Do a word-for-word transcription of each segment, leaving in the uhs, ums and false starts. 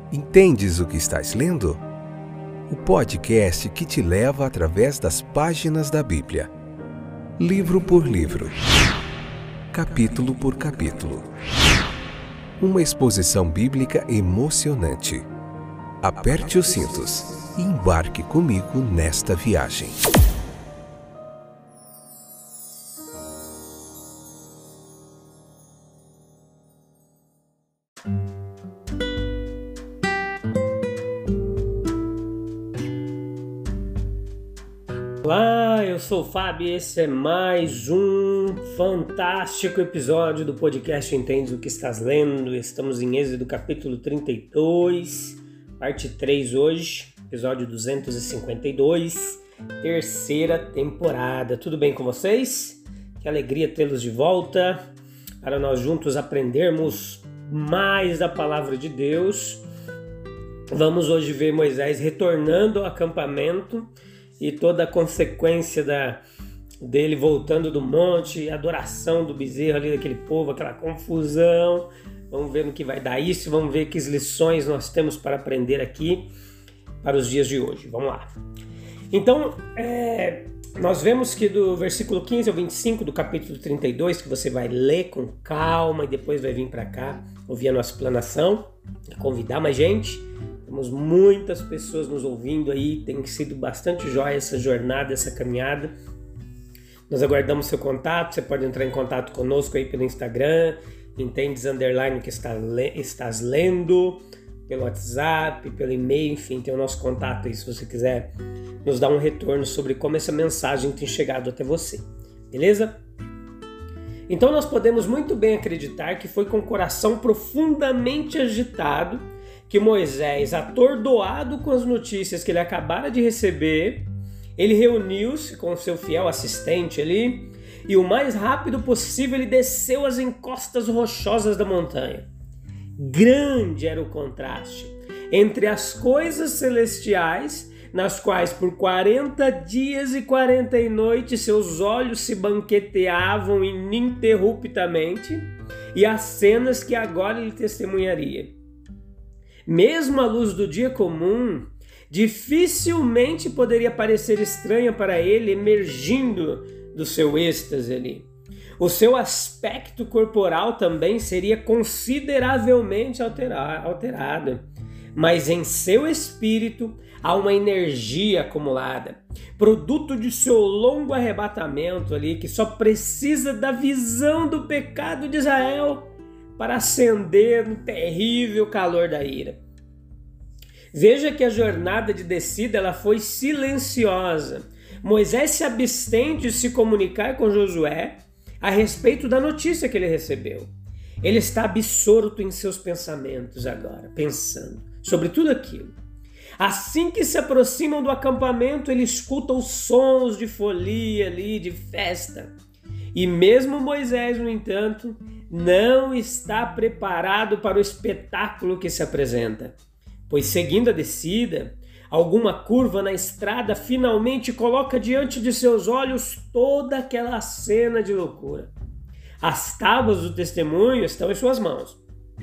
Entendes o que estás lendo? O podcast que te leva através das páginas da Bíblia, livro por livro, capítulo por capítulo. Uma exposição bíblica emocionante. Aperte os cintos e embarque comigo nesta viagem. Olá, eu sou o Fábio e esse é mais um fantástico episódio do podcast Entendes o que estás lendo. Estamos em Êxodo capítulo trinta e dois, parte três hoje, episódio duzentos e cinquenta e dois, terceira temporada. Tudo bem com vocês? Que alegria tê-los de volta para nós juntos aprendermos mais da palavra de Deus. Vamos hoje ver Moisés retornando ao acampamento e toda a consequência da, dele voltando do monte, a adoração do bezerro ali daquele povo, aquela confusão. Vamos ver no que vai dar isso, vamos ver que lições nós temos para aprender aqui para os dias de hoje. Vamos lá. Então, é, nós vemos que do versículo quinze ao vinte e cinco do capítulo trinta e dois, que você vai ler com calma e depois vai vir para cá ouvir a nossa explanação, convidar mais gente. Temos muitas pessoas nos ouvindo aí, tem sido bastante jóia essa jornada, essa caminhada. Nós aguardamos seu contato, você pode entrar em contato conosco aí pelo Instagram, entendes underline que está le- estás lendo, pelo WhatsApp, pelo e-mail, enfim, tem o nosso contato aí se você quiser nos dar um retorno sobre como essa mensagem tem chegado até você, beleza? Então nós podemos muito bem acreditar que foi com o coração profundamente agitado que Moisés, atordoado com as notícias que ele acabara de receber, ele reuniu-se com o seu fiel assistente ali e o mais rápido possível ele desceu as encostas rochosas da montanha. Grande era o contraste entre as coisas celestiais, nas quais por quarenta dias e quarenta noites seus olhos se banqueteavam ininterruptamente, e as cenas que agora ele testemunharia. Mesmo a luz do dia comum, dificilmente poderia parecer estranha para ele emergindo do seu êxtase ali. O seu aspecto corporal também seria consideravelmente alterado, mas em seu espírito há uma energia acumulada, produto de seu longo arrebatamento ali, que só precisa da visão do pecado de Israel para acender no terrível calor da ira. Veja que a jornada de descida ela foi silenciosa. Moisés se abstém de se comunicar com Josué a respeito da notícia que ele recebeu. Ele está absorto em seus pensamentos agora, pensando sobre tudo aquilo. Assim que se aproximam do acampamento, ele escuta os sons de folia ali, de festa. E mesmo Moisés, no entanto, não está preparado para o espetáculo que se apresenta, pois seguindo a descida, alguma curva na estrada finalmente coloca diante de seus olhos toda aquela cena de loucura. As tábuas do testemunho estão em suas mãos,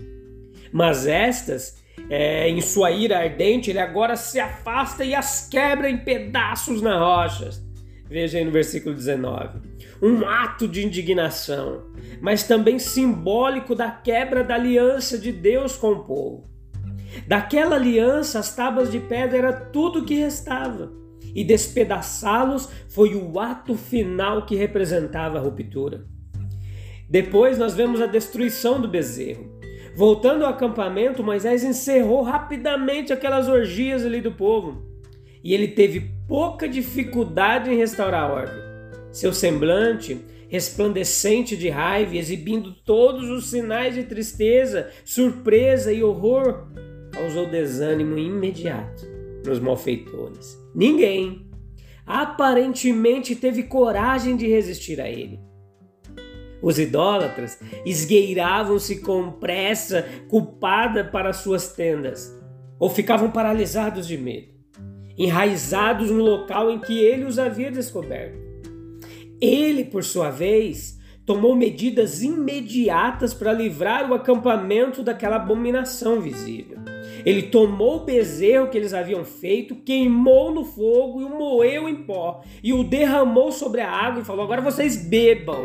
mas estas, é, em sua ira ardente, ele agora se afasta e as quebra em pedaços nas rochas. Veja aí no versículo dezenove. Um ato de indignação, mas também simbólico da quebra da aliança de Deus com o povo. Daquela aliança, as tábuas de pedra era tudo o que restava, e despedaçá-los foi o ato final que representava a ruptura. Depois nós vemos a destruição do bezerro. Voltando ao acampamento, Moisés encerrou rapidamente aquelas orgias ali do povo, e ele teve pouca dificuldade em restaurar a ordem. Seu semblante, resplandecente de raiva, exibindo todos os sinais de tristeza, surpresa e horror, causou desânimo imediato nos malfeitores. Ninguém, aparentemente, teve coragem de resistir a ele. Os idólatras esgueiravam-se com pressa culpada para suas tendas, ou ficavam paralisados de medo, enraizados no local em que ele os havia descoberto. Ele, por sua vez, tomou medidas imediatas para livrar o acampamento daquela abominação visível. Ele tomou o bezerro que eles haviam feito, queimou no fogo e o moeu em pó, e o derramou sobre a água e falou: agora vocês bebam.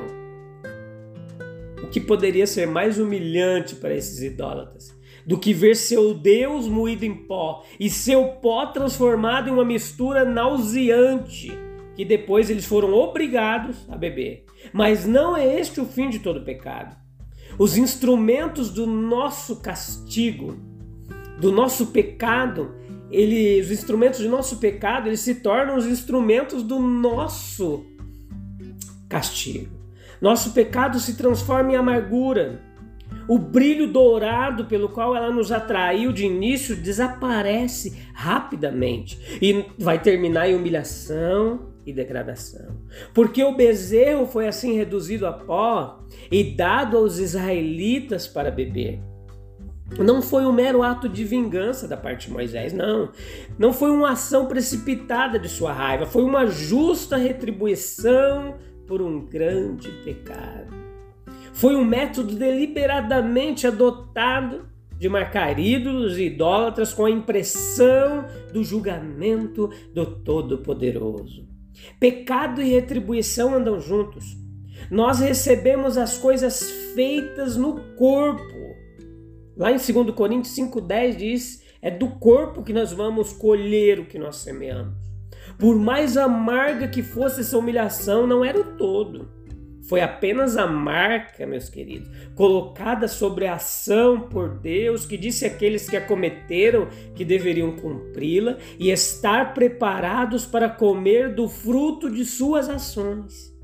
O que poderia ser mais humilhante para esses idólatras do que ver seu Deus moído em pó e seu pó transformado em uma mistura nauseante, que depois eles foram obrigados a beber. Mas não é este o fim de todo pecado. Os instrumentos do nosso castigo, do nosso pecado, ele, os instrumentos do nosso pecado, eles se tornam os instrumentos do nosso castigo. Nosso pecado se transforma em amargura. O brilho dourado pelo qual ela nos atraiu de início desaparece rapidamente e vai terminar em humilhação e degradação. Porque o bezerro foi assim reduzido a pó e dado aos israelitas para beber. Não foi um mero ato de vingança da parte de Moisés, não. Não foi uma ação precipitada de sua raiva, foi uma justa retribuição por um grande pecado. Foi um método deliberadamente adotado de marcar ídolos e idólatras com a impressão do julgamento do Todo-Poderoso. Pecado e retribuição andam juntos. Nós recebemos as coisas feitas no corpo. Lá em dois Coríntios cinco dez diz: é do corpo que nós vamos colher o que nós semeamos. Por mais amarga que fosse essa humilhação, não era o todo. Foi apenas a marca, meus queridos, colocada sobre a ação por Deus, que disse àqueles que a cometeram que deveriam cumpri-la e estar preparados para comer do fruto de suas ações.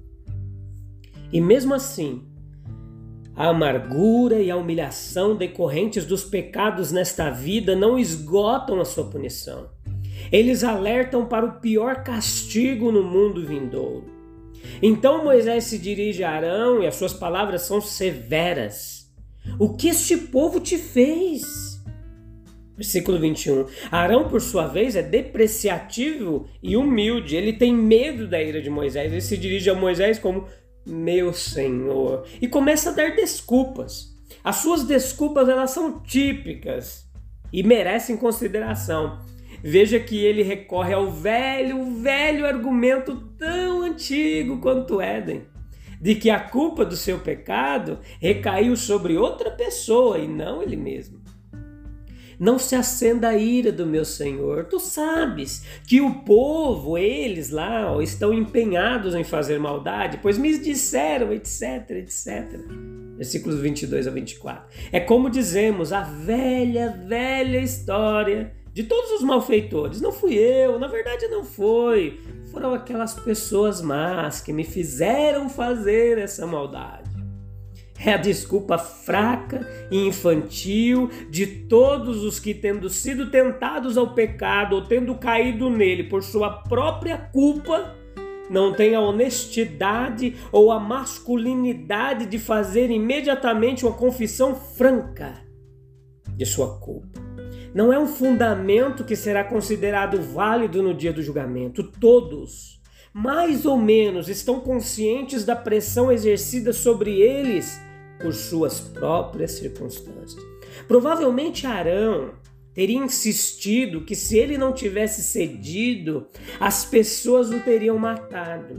E mesmo assim, a amargura e a humilhação decorrentes dos pecados nesta vida não esgotam a sua punição. Eles alertam para o pior castigo no mundo vindouro. Então Moisés se dirige a Arão e as suas palavras são severas. O que este povo te fez? Versículo vinte e um. Arão, por sua vez, é depreciativo e humilde. Ele tem medo da ira de Moisés. Ele se dirige a Moisés como meu Senhor e começa a dar desculpas. As suas desculpas, elas são típicas e merecem consideração. Veja que ele recorre ao velho, velho argumento tão antigo quanto Éden, de que a culpa do seu pecado recaiu sobre outra pessoa e não ele mesmo. Não se acenda a ira do meu Senhor. Tu sabes que o povo, eles lá, ó, estão empenhados em fazer maldade, pois me disseram, etc, etcétera. Versículos vinte e dois a vinte e quatro. É como dizemos, a velha, velha história de todos os malfeitores. Não fui eu, na verdade não foi. Foram aquelas pessoas más que me fizeram fazer essa maldade. É a desculpa fraca e infantil de todos os que, tendo sido tentados ao pecado ou tendo caído nele por sua própria culpa, não têm a honestidade ou a masculinidade de fazer imediatamente uma confissão franca de sua culpa. Não é um fundamento que será considerado válido no dia do julgamento. Todos, mais ou menos, estão conscientes da pressão exercida sobre eles por suas próprias circunstâncias. Provavelmente Arão teria insistido que se ele não tivesse cedido, as pessoas o teriam matado.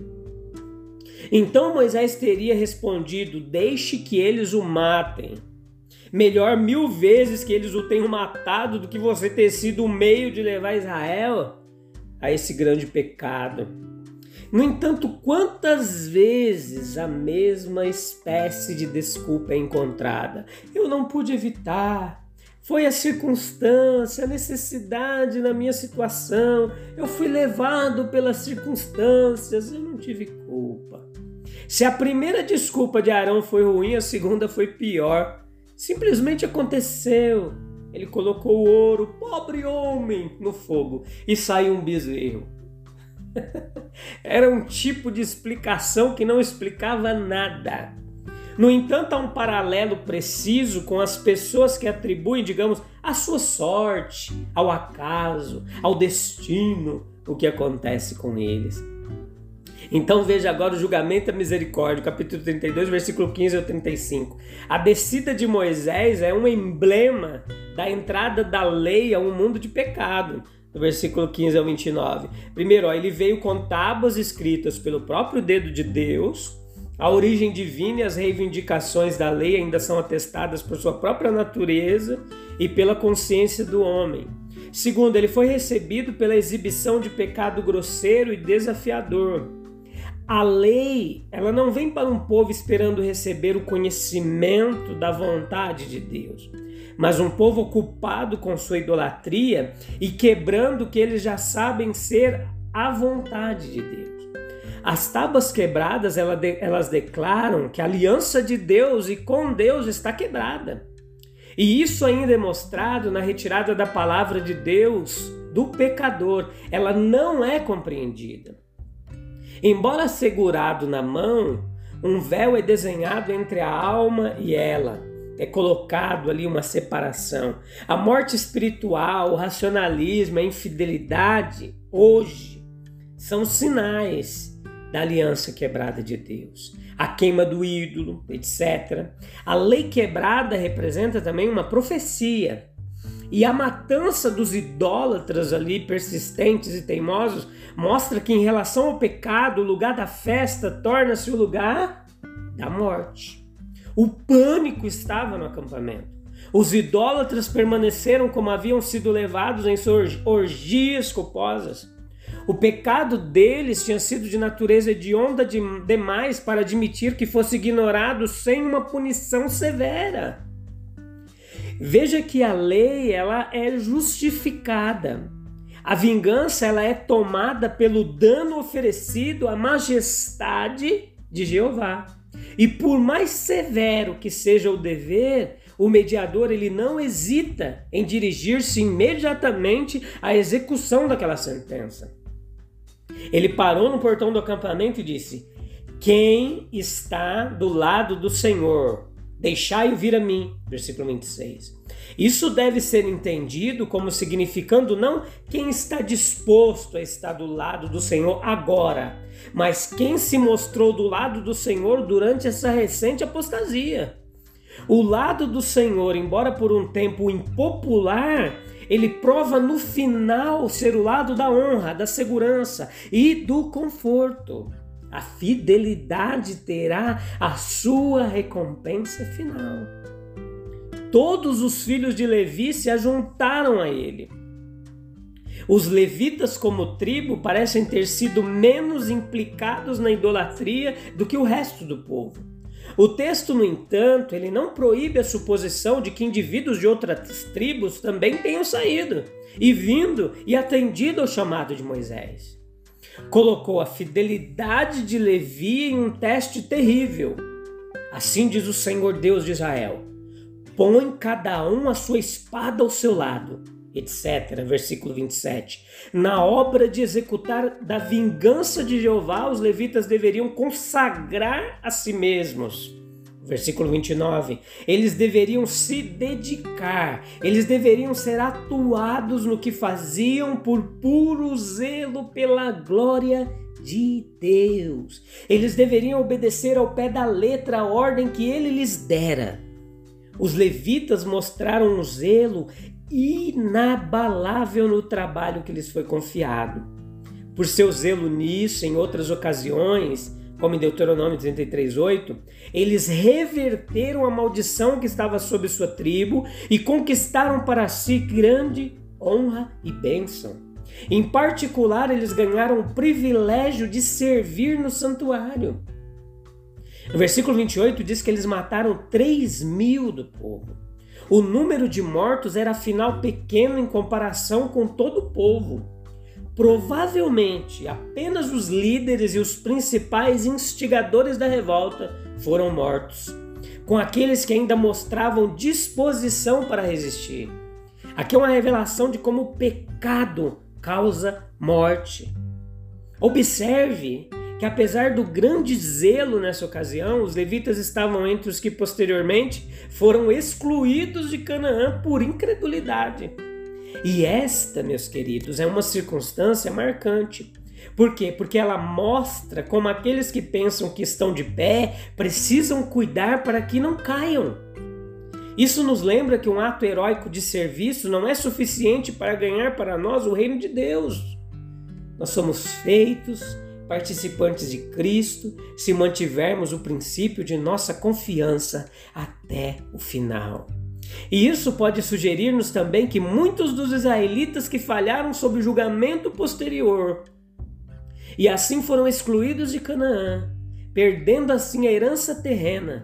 Então Moisés teria respondido: deixe que eles o matem. Melhor mil vezes que eles o tenham matado do que você ter sido o meio de levar Israel a esse grande pecado. No entanto, quantas vezes a mesma espécie de desculpa é encontrada? Eu não pude evitar. Foi a circunstância, a necessidade na minha situação. Eu fui levado pelas circunstâncias, eu não tive culpa. Se a primeira desculpa de Arão foi ruim, a segunda foi pior. Simplesmente aconteceu. Ele colocou o ouro, pobre homem, no fogo e saiu um bezerro. Era um tipo de explicação que não explicava nada. No entanto, há um paralelo preciso com as pessoas que atribuem, digamos, a sua sorte, ao acaso, ao destino, o que acontece com eles. Então veja agora o julgamento e a misericórdia, capítulo trinta e dois, versículo quinze ao trinta e cinco. A descida de Moisés é um emblema da entrada da lei a um mundo de pecado, do versículo quinze ao vinte e nove. Primeiro, ó, ele veio com tábuas escritas pelo próprio dedo de Deus. A origem divina e as reivindicações da lei ainda são atestadas por sua própria natureza e pela consciência do homem. Segundo, ele foi recebido pela exibição de pecado grosseiro e desafiador. A lei, ela não vem para um povo esperando receber o conhecimento da vontade de Deus, mas um povo ocupado com sua idolatria e quebrando o que eles já sabem ser a vontade de Deus. As tábuas quebradas, elas declaram que a aliança de Deus e com Deus está quebrada. E isso ainda é mostrado na retirada da palavra de Deus do pecador. Ela não é compreendida. Embora segurado na mão, um véu é desenhado entre a alma e ela. É colocado ali uma separação. A morte espiritual, o racionalismo, a infidelidade, hoje, são sinais da aliança quebrada de Deus. A queima do ídolo, etcétera. A lei quebrada representa também uma profecia. E a matança dos idólatras ali, persistentes e teimosos, mostra que em relação ao pecado, o lugar da festa torna-se o lugar da morte. O pânico estava no acampamento. Os idólatras permaneceram como haviam sido levados em suas orgias culposas. O pecado deles tinha sido de natureza hedionda demais para admitir que fosse ignorado sem uma punição severa. Veja que a lei, ela é justificada. A vingança, ela é tomada pelo dano oferecido à majestade de Jeová. E por mais severo que seja o dever, o mediador, ele não hesita em dirigir-se imediatamente à execução daquela sentença. Ele parou no portão do acampamento e disse: quem está do lado do Senhor, deixai-o vir a mim. Versículo vinte e seis. Isso deve ser entendido como significando não quem está disposto a estar do lado do Senhor agora, mas quem se mostrou do lado do Senhor durante essa recente apostasia. O lado do Senhor, embora por um tempo impopular, ele prova no final ser o lado da honra, da segurança e do conforto. A fidelidade terá a sua recompensa final. Todos os filhos de Levi se ajuntaram a ele. Os levitas, como tribo, parecem ter sido menos implicados na idolatria do que o resto do povo. O texto, no entanto, ele não proíbe a suposição de que indivíduos de outras tribos também tenham saído e vindo e atendido ao chamado de Moisés. Colocou a fidelidade de Levi em um teste terrível. Assim diz o Senhor Deus de Israel: põe cada um a sua espada ao seu lado, etcétera. Versículo vinte e sete. Na obra de executar da vingança de Jeová, os levitas deveriam consagrar a si mesmos. Versículo vinte e nove. Eles deveriam se dedicar, eles deveriam ser atuados no que faziam por puro zelo pela glória de Deus. Eles deveriam obedecer ao pé da letra a ordem que ele lhes dera. Os levitas mostraram um zelo inabalável no trabalho que lhes foi confiado. Por seu zelo nisso, em outras ocasiões, como em Deuteronômio trinta e três, oito, eles reverteram a maldição que estava sobre sua tribo e conquistaram para si grande honra e bênção. Em particular, eles ganharam o privilégio de servir no santuário. No versículo vinte e oito diz que eles mataram três mil do povo. O número de mortos era afinal pequeno em comparação com todo o povo. Provavelmente, apenas os líderes e os principais instigadores da revolta foram mortos, com aqueles que ainda mostravam disposição para resistir. Aqui é uma revelação de como o pecado causa morte. Observe que, apesar do grande zelo nessa ocasião, os levitas estavam entre os que posteriormente foram excluídos de Canaã por incredulidade. E esta, meus queridos, é uma circunstância marcante. Por quê? Porque ela mostra como aqueles que pensam que estão de pé precisam cuidar para que não caiam. Isso nos lembra que um ato heróico de serviço não é suficiente para ganhar para nós o reino de Deus. Nós somos feitos participantes de Cristo se mantivermos o princípio de nossa confiança até o final. E isso pode sugerir-nos também que muitos dos israelitas que falharam sob o julgamento posterior e assim foram excluídos de Canaã, perdendo assim a herança terrena.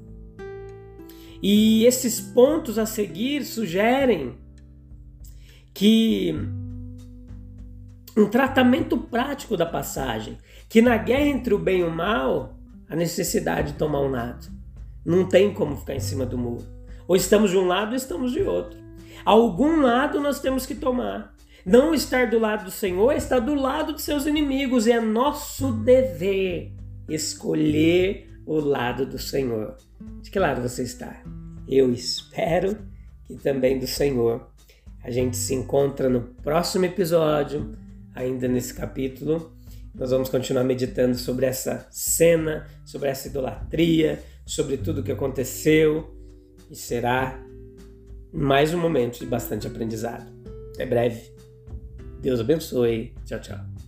E esses pontos a seguir sugerem que um tratamento prático da passagem, que na guerra entre o bem e o mal, a necessidade de tomar um lado. Não tem como ficar em cima do muro. Ou estamos de um lado ou estamos de outro. Algum lado nós temos que tomar. Não estar do lado do Senhor é estar do lado de seus inimigos. É nosso dever escolher o lado do Senhor. De que lado você está? Eu espero que também do Senhor. A gente se encontra no próximo episódio, ainda nesse capítulo. Nós vamos continuar meditando sobre essa cena, sobre essa idolatria, sobre tudo o que aconteceu. E será mais um momento de bastante aprendizado. Até breve. Deus abençoe. Tchau, tchau.